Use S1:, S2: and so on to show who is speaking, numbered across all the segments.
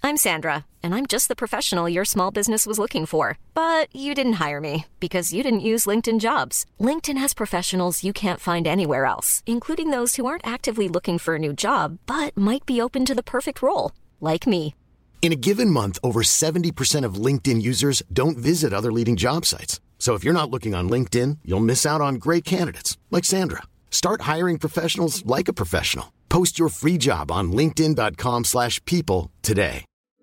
S1: I'm Sandra, and I'm just the professional your small business was looking for. But you didn't hire me because you didn't use LinkedIn Jobs. LinkedIn has professionals you can't find anywhere else, including those who aren't actively looking for a new job, but might be open to the perfect role, like me.
S2: In a given month, over 70% of LinkedIn users don't visit other leading job sites. So if you're not looking on LinkedIn, you'll miss out on great candidates like Sandra. Start hiring professionals like a professional. Post your free job on linkedin.com/people today.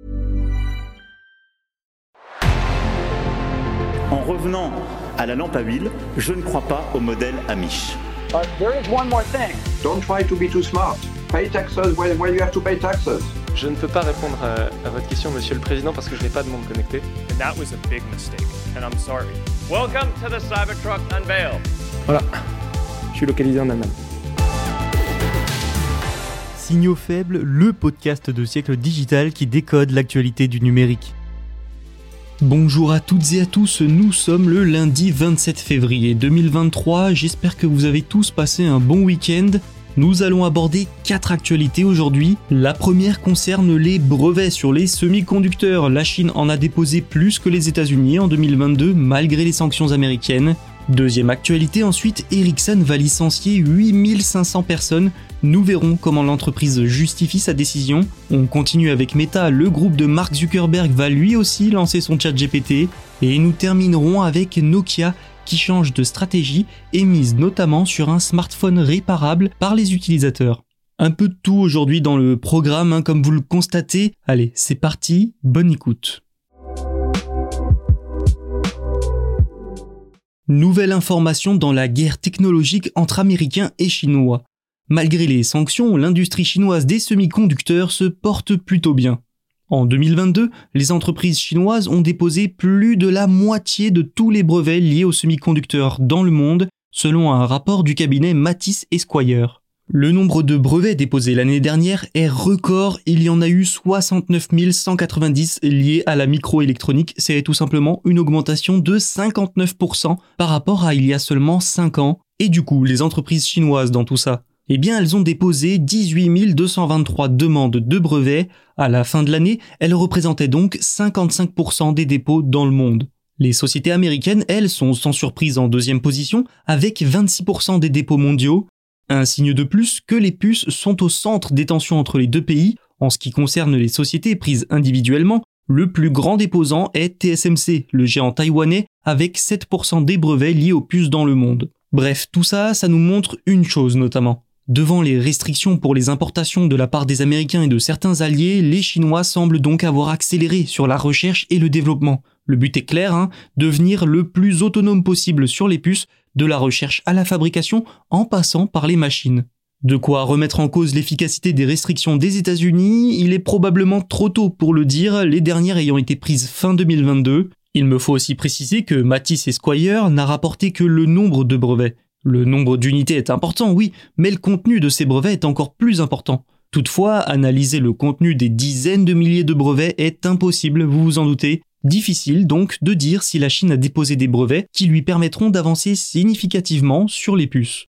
S3: En revenant à la lampe à huile, je ne crois pas au modèle Amish.
S4: But there is one more thing. Don't try to be too smart. Pay taxes when you have to pay taxes.
S5: Je ne peux pas répondre à votre question, Monsieur le Président, parce que je n'ai pas de monde connecté.
S6: And that was a big mistake, and I'm sorry. Welcome to the Cybertruck Unveil.
S5: Voilà, je suis localisé en Allemagne.
S7: Signaux faibles, le podcast de Siècle Digital qui décode l'actualité du numérique. Bonjour à toutes et à tous, nous sommes le lundi 27 février 2023, j'espère que vous avez tous passé un bon week-end. Nous allons aborder 4 actualités aujourd'hui. La première concerne les brevets sur les semi-conducteurs. La Chine en a déposé plus que les États-Unis en 2022 malgré les sanctions américaines. Deuxième actualité ensuite, Ericsson va licencier 8500 personnes. Nous verrons comment l'entreprise justifie sa décision. On continue avec Meta, le groupe de Mark Zuckerberg va lui aussi lancer son ChatGPT. Et nous terminerons avec Nokia qui change de stratégie et mise notamment sur un smartphone réparable par les utilisateurs. Un peu de tout aujourd'hui dans le programme, comme vous le constatez. Allez, c'est parti, bonne écoute. Nouvelle information dans la guerre technologique entre Américains et Chinois. Malgré les sanctions, l'industrie chinoise des semi-conducteurs se porte plutôt bien. En 2022, les entreprises chinoises ont déposé plus de la moitié de tous les brevets liés aux semi-conducteurs dans le monde, selon un rapport du cabinet Mathis & Squire. Le nombre de brevets déposés l'année dernière est record, il y en a eu 69 190 liés à la microélectronique, c'est tout simplement une augmentation de 59% par rapport à il y a seulement 5 ans. Et du coup, les entreprises chinoises dans tout ça, eh bien elles ont déposé 18 223 demandes de brevets. À la fin de l'année, elles représentaient donc 55% des dépôts dans le monde. Les sociétés américaines, elles, sont sans surprise en deuxième position, avec 26% des dépôts mondiaux. Un signe de plus que les puces sont au centre des tensions entre les deux pays. En ce qui concerne les sociétés prises individuellement, le plus grand déposant est TSMC, le géant taïwanais, avec 7% des brevets liés aux puces dans le monde. Bref, tout ça, ça nous montre une chose notamment. Devant les restrictions pour les importations de la part des Américains et de certains alliés, les Chinois semblent donc avoir accéléré sur la recherche et le développement. Le but est clair, devenir le plus autonome possible sur les puces, de la recherche à la fabrication en passant par les machines. De quoi remettre en cause l'efficacité des restrictions des États-Unis, il est probablement trop tôt pour le dire, les dernières ayant été prises fin 2022. Il me faut aussi préciser que Mathis & Squire n'a rapporté que le nombre de brevets. Le nombre d'unités est important, oui, mais le contenu de ces brevets est encore plus important. Toutefois, analyser le contenu des dizaines de milliers de brevets est impossible, vous vous en doutez. Difficile donc de dire si la Chine a déposé des brevets qui lui permettront d'avancer significativement sur les puces.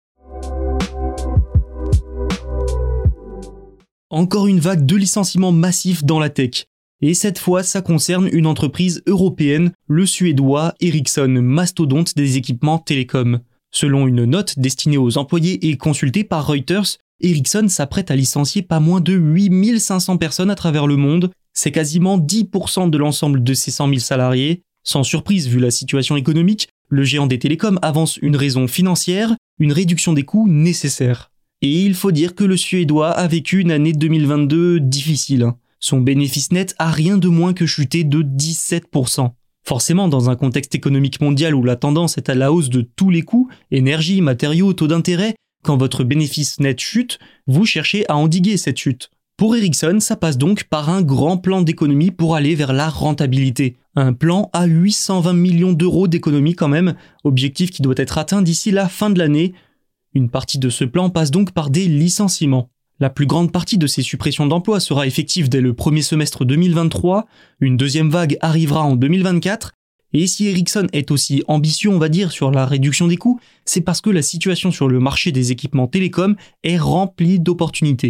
S7: Encore une vague de licenciements massifs dans la tech. Et cette fois, ça concerne une entreprise européenne, le suédois Ericsson, mastodonte des équipements télécoms. Selon une note destinée aux employés et consultée par Reuters, Ericsson s'apprête à licencier pas moins de 8500 personnes à travers le monde. C'est quasiment 10% de l'ensemble de ses 100 000 salariés. Sans surprise, vu la situation économique, le géant des télécoms avance une raison financière, une réduction des coûts nécessaire. Et il faut dire que le Suédois a vécu une année 2022 difficile. Son bénéfice net a rien de moins que chuté de 17%. Forcément, dans un contexte économique mondial où la tendance est à la hausse de tous les coûts, énergie, matériaux, taux d'intérêt, quand votre bénéfice net chute, vous cherchez à endiguer cette chute. Pour Ericsson, ça passe donc par un grand plan d'économie pour aller vers la rentabilité. Un plan à 820 millions d'euros d'économie quand même, objectif qui doit être atteint d'ici la fin de l'année. Une partie de ce plan passe donc par des licenciements. La plus grande partie de ces suppressions d'emplois sera effective dès le premier semestre 2023, une deuxième vague arrivera en 2024, et si Ericsson est aussi ambitieux, on va dire, sur la réduction des coûts, c'est parce que la situation sur le marché des équipements télécoms est remplie d'opportunités.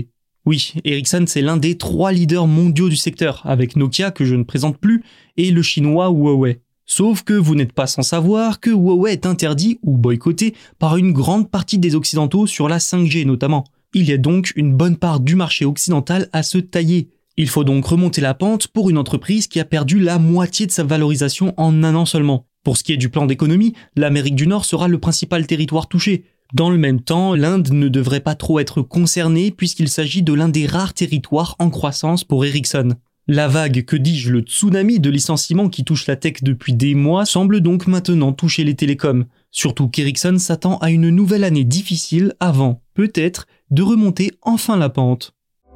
S7: Oui, Ericsson c'est l'un des 3 leaders mondiaux du secteur, avec Nokia que je ne présente plus, et le chinois Huawei. Sauf que vous n'êtes pas sans savoir que Huawei est interdit ou boycotté par une grande partie des Occidentaux sur la 5G notamment. Il y a donc une bonne part du marché occidental à se tailler. Il faut donc remonter la pente pour une entreprise qui a perdu la moitié de sa valorisation en un an seulement. Pour ce qui est du plan d'économie, l'Amérique du Nord sera le principal territoire touché. Dans le même temps, l'Inde ne devrait pas trop être concernée puisqu'il s'agit de l'un des rares territoires en croissance pour Ericsson. La vague, que dis-je, le tsunami de licenciements qui touche la tech depuis des mois semble donc maintenant toucher les télécoms. Surtout qu'Ericsson s'attend à une nouvelle année difficile avant, peut-être, de remonter enfin la pente.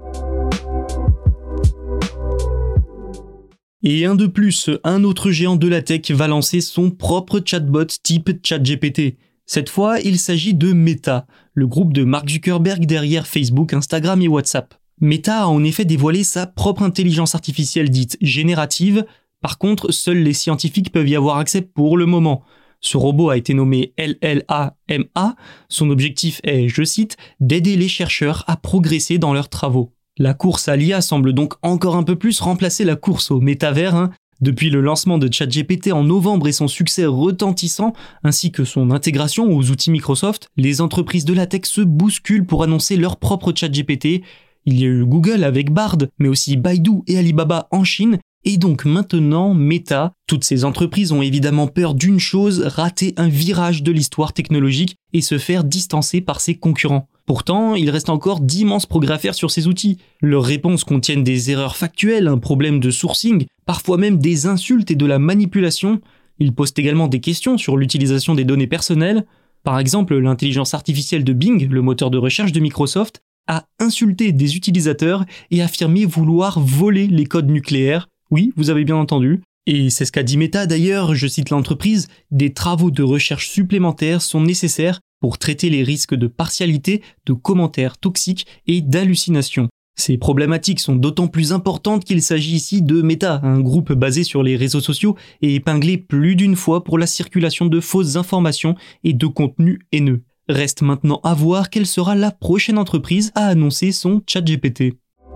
S7: Et un de plus, un autre géant de la tech va lancer son propre chatbot type ChatGPT. Cette fois, il s'agit de Meta, le groupe de Mark Zuckerberg derrière Facebook, Instagram et WhatsApp. Meta a en effet dévoilé sa propre intelligence artificielle dite générative. Par contre, seuls les scientifiques peuvent y avoir accès pour le moment. Ce robot a été nommé LLaMA. Son objectif est, je cite, d'aider les chercheurs à progresser dans leurs travaux. La course à l'IA semble donc encore un peu plus remplacer la course au métavers. Depuis le lancement de ChatGPT en novembre et son succès retentissant, ainsi que son intégration aux outils Microsoft, les entreprises de la tech se bousculent pour annoncer leur propre ChatGPT. Il y a eu Google avec Bard, mais aussi Baidu et Alibaba en Chine, et donc maintenant Meta. Toutes ces entreprises ont évidemment peur d'une chose, rater un virage de l'histoire technologique et se faire distancer par ses concurrents. Pourtant, il reste encore d'immenses progrès à faire sur ces outils. Leurs réponses contiennent des erreurs factuelles, un problème de sourcing, parfois même des insultes et de la manipulation. Ils posent également des questions sur l'utilisation des données personnelles. Par exemple, l'intelligence artificielle de Bing, le moteur de recherche de Microsoft, a insulté des utilisateurs et affirmé vouloir voler les codes nucléaires. Oui, vous avez bien entendu. Et c'est ce qu'a dit Meta d'ailleurs, je cite l'entreprise, des travaux de recherche supplémentaires sont nécessaires pour traiter les risques de partialité, de commentaires toxiques et d'hallucinations. Ces problématiques sont d'autant plus importantes qu'il s'agit ici de Meta, un groupe basé sur les réseaux sociaux et épinglé plus d'une fois pour la circulation de fausses informations et de contenus haineux. Reste maintenant à voir quelle sera la prochaine entreprise à annoncer son ChatGPT.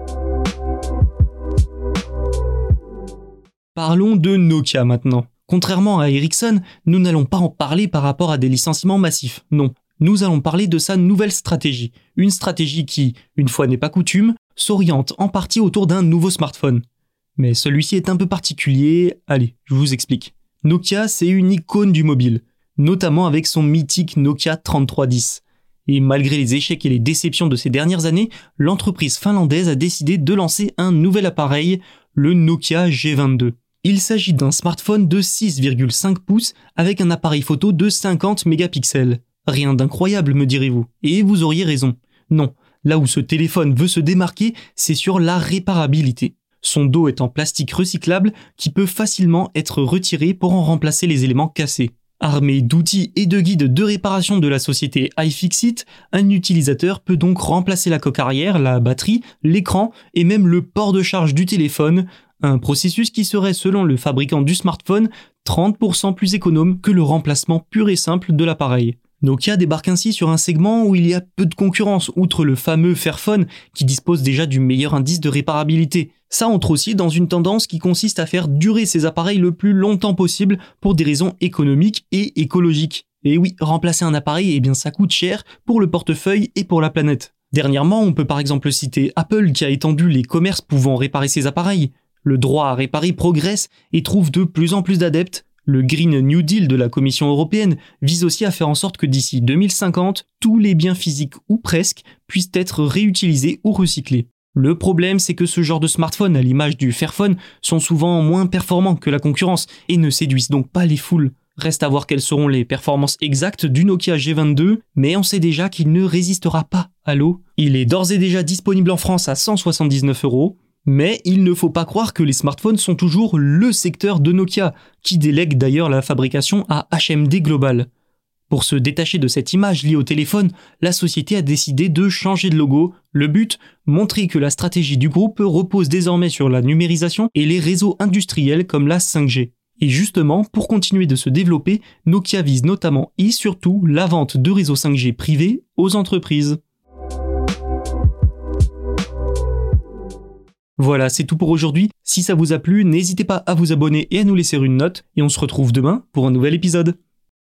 S7: Parlons de Nokia maintenant. Contrairement à Ericsson, nous n'allons pas en parler par rapport à des licenciements massifs, non. Nous allons parler de sa nouvelle stratégie. Une stratégie qui, une fois n'est pas coutume, s'oriente en partie autour d'un nouveau smartphone. Mais celui-ci est un peu particulier, allez, je vous explique. Nokia, c'est une icône du mobile, notamment avec son mythique Nokia 3310. Et malgré les échecs et les déceptions de ces dernières années, l'entreprise finlandaise a décidé de lancer un nouvel appareil, le Nokia G22. Il s'agit d'un smartphone de 6,5 pouces avec un appareil photo de 50 mégapixels. Rien d'incroyable, me direz-vous. Et vous auriez raison. Non, là où ce téléphone veut se démarquer, c'est sur la réparabilité. Son dos est en plastique recyclable qui peut facilement être retiré pour en remplacer les éléments cassés. Armé d'outils et de guides de réparation de la société iFixit, un utilisateur peut donc remplacer la coque arrière, la batterie, l'écran et même le port de charge du téléphone, un processus qui serait, selon le fabricant du smartphone, 30% plus économe que le remplacement pur et simple de l'appareil. Nokia débarque ainsi sur un segment où il y a peu de concurrence, outre le fameux Fairphone qui dispose déjà du meilleur indice de réparabilité. Ça entre aussi dans une tendance qui consiste à faire durer ces appareils le plus longtemps possible pour des raisons économiques et écologiques. Et oui, remplacer un appareil, eh bien ça coûte cher pour le portefeuille et pour la planète. Dernièrement, on peut par exemple citer Apple qui a étendu les commerces pouvant réparer ses appareils. Le droit à réparer progresse et trouve de plus en plus d'adeptes. Le Green New Deal de la Commission européenne vise aussi à faire en sorte que d'ici 2050, tous les biens physiques ou presque puissent être réutilisés ou recyclés. Le problème, c'est que ce genre de smartphone, à l'image du Fairphone, sont souvent moins performants que la concurrence et ne séduisent donc pas les foules. Reste à voir quelles seront les performances exactes du Nokia G22, mais on sait déjà qu'il ne résistera pas à l'eau. Il est d'ores et déjà disponible en France à 179 €. Mais il ne faut pas croire que les smartphones sont toujours le secteur de Nokia, qui délègue d'ailleurs la fabrication à HMD Global. Pour se détacher de cette image liée au téléphone, la société a décidé de changer de logo. Le but, montrer que la stratégie du groupe repose désormais sur la numérisation et les réseaux industriels comme la 5G. Et justement, pour continuer de se développer, Nokia vise notamment et surtout la vente de réseaux 5G privés aux entreprises. Voilà, c'est tout pour aujourd'hui. Si ça vous a plu, n'hésitez pas à vous abonner et à nous laisser une note, et on se retrouve demain pour un nouvel épisode.